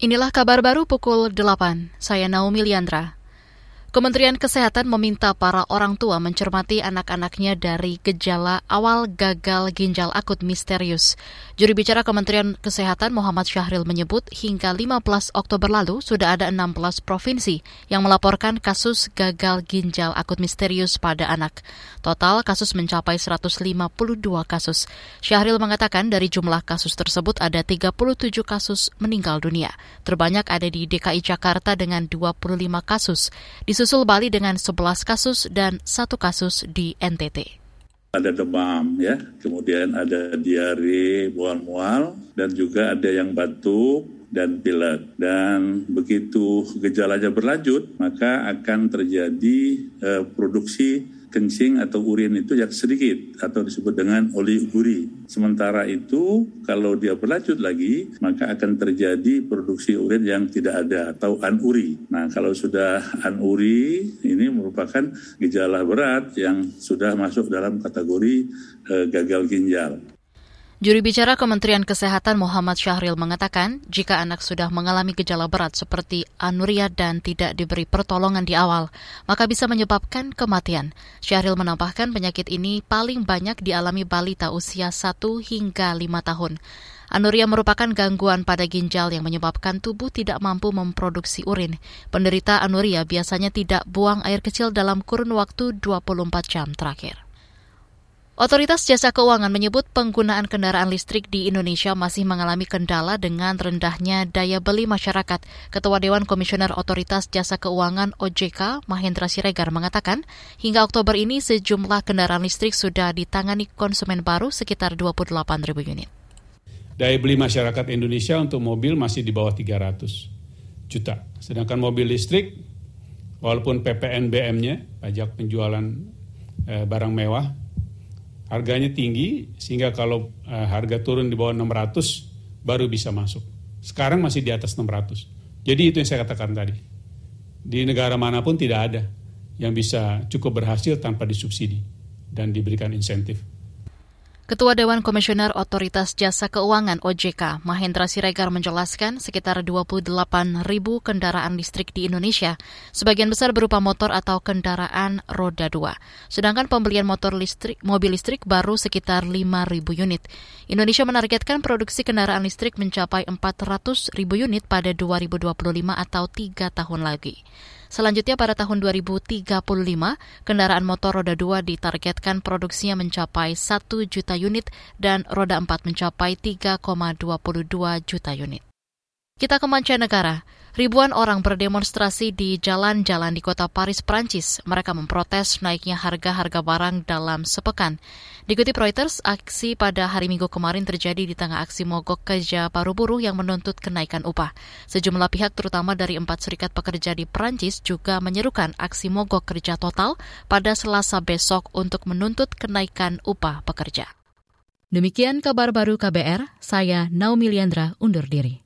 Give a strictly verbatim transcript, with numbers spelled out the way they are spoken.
Inilah kabar baru pukul delapan, saya Naomi Liandra. Kementerian Kesehatan meminta para orang tua mencermati anak-anaknya dari gejala awal gagal ginjal akut misterius. Juru bicara Kementerian Kesehatan Muhammad Syahril menyebut hingga lima belas Oktober lalu sudah ada enam belas provinsi yang melaporkan kasus gagal ginjal akut misterius pada anak. Total kasus mencapai seratus lima puluh dua kasus. Syahril mengatakan dari jumlah kasus tersebut ada tiga puluh tujuh kasus meninggal dunia. Terbanyak ada di D K I Jakarta dengan dua puluh lima kasus. Disusul Bali dengan sebelas kasus dan satu kasus di N T T. Ada demam ya, kemudian ada diare, mual-mual, dan juga ada yang batuk dan pilek. Dan begitu gejalanya berlanjut, maka akan terjadi eh, produksi kencing atau urin itu yang sedikit atau disebut dengan oligouri. Sementara itu kalau dia berlanjut lagi maka akan terjadi produksi urin yang tidak ada atau anuri. Nah kalau sudah anuri ini merupakan gejala berat yang sudah masuk dalam kategori eh, gagal ginjal. Juru bicara Kementerian Kesehatan Muhammad Syahril mengatakan, jika anak sudah mengalami gejala berat seperti anuria dan tidak diberi pertolongan di awal, maka bisa menyebabkan kematian. Syahril menambahkan penyakit ini paling banyak dialami balita usia satu hingga lima tahun. Anuria merupakan gangguan pada ginjal yang menyebabkan tubuh tidak mampu memproduksi urin. Penderita anuria biasanya tidak buang air kecil dalam kurun waktu dua puluh empat jam terakhir. Otoritas Jasa Keuangan menyebut penggunaan kendaraan listrik di Indonesia masih mengalami kendala dengan rendahnya daya beli masyarakat. Ketua Dewan Komisioner Otoritas Jasa Keuangan O J K, Mahendra Siregar, mengatakan hingga Oktober ini sejumlah kendaraan listrik sudah ditangani konsumen baru sekitar dua puluh delapan ribu unit. Daya beli masyarakat Indonesia untuk mobil masih di bawah tiga ratus juta. Sedangkan mobil listrik, walaupun P P N B M-nya, pajak penjualan eh, barang mewah, harganya tinggi sehingga kalau uh, harga turun di bawah enam ratus baru bisa masuk. Sekarang masih di atas enam ratus. Jadi itu yang saya katakan tadi. Di negara manapun tidak ada yang bisa cukup berhasil tanpa disubsidi dan diberikan insentif. Ketua Dewan Komisioner Otoritas Jasa Keuangan O J K, Mahendra Siregar menjelaskan sekitar dua puluh delapan ribu kendaraan listrik di Indonesia, sebagian besar berupa motor atau kendaraan roda dua. Sedangkan pembelian motor listrik, mobil listrik baru sekitar lima ribu unit. Indonesia menargetkan produksi kendaraan listrik mencapai empat ratus ribu unit pada dua ribu dua puluh lima atau tiga tahun lagi. Selanjutnya pada tahun dua ribu tiga puluh lima, kendaraan motor roda dua ditargetkan produksinya mencapai satu juta unit dan roda empat mencapai tiga koma dua dua juta unit. Kita ke mancanegara. Ribuan orang berdemonstrasi di jalan-jalan di kota Paris, Prancis. Mereka memprotes naiknya harga-harga barang dalam sepekan. Dikutip Reuters, aksi pada hari Minggu kemarin terjadi di tengah aksi mogok kerja paruh buruh yang menuntut kenaikan upah. Sejumlah pihak terutama dari empat serikat pekerja di Prancis juga menyerukan aksi mogok kerja total pada Selasa besok untuk menuntut kenaikan upah pekerja. Demikian kabar baru K B R, saya Naomi Liandra undur diri.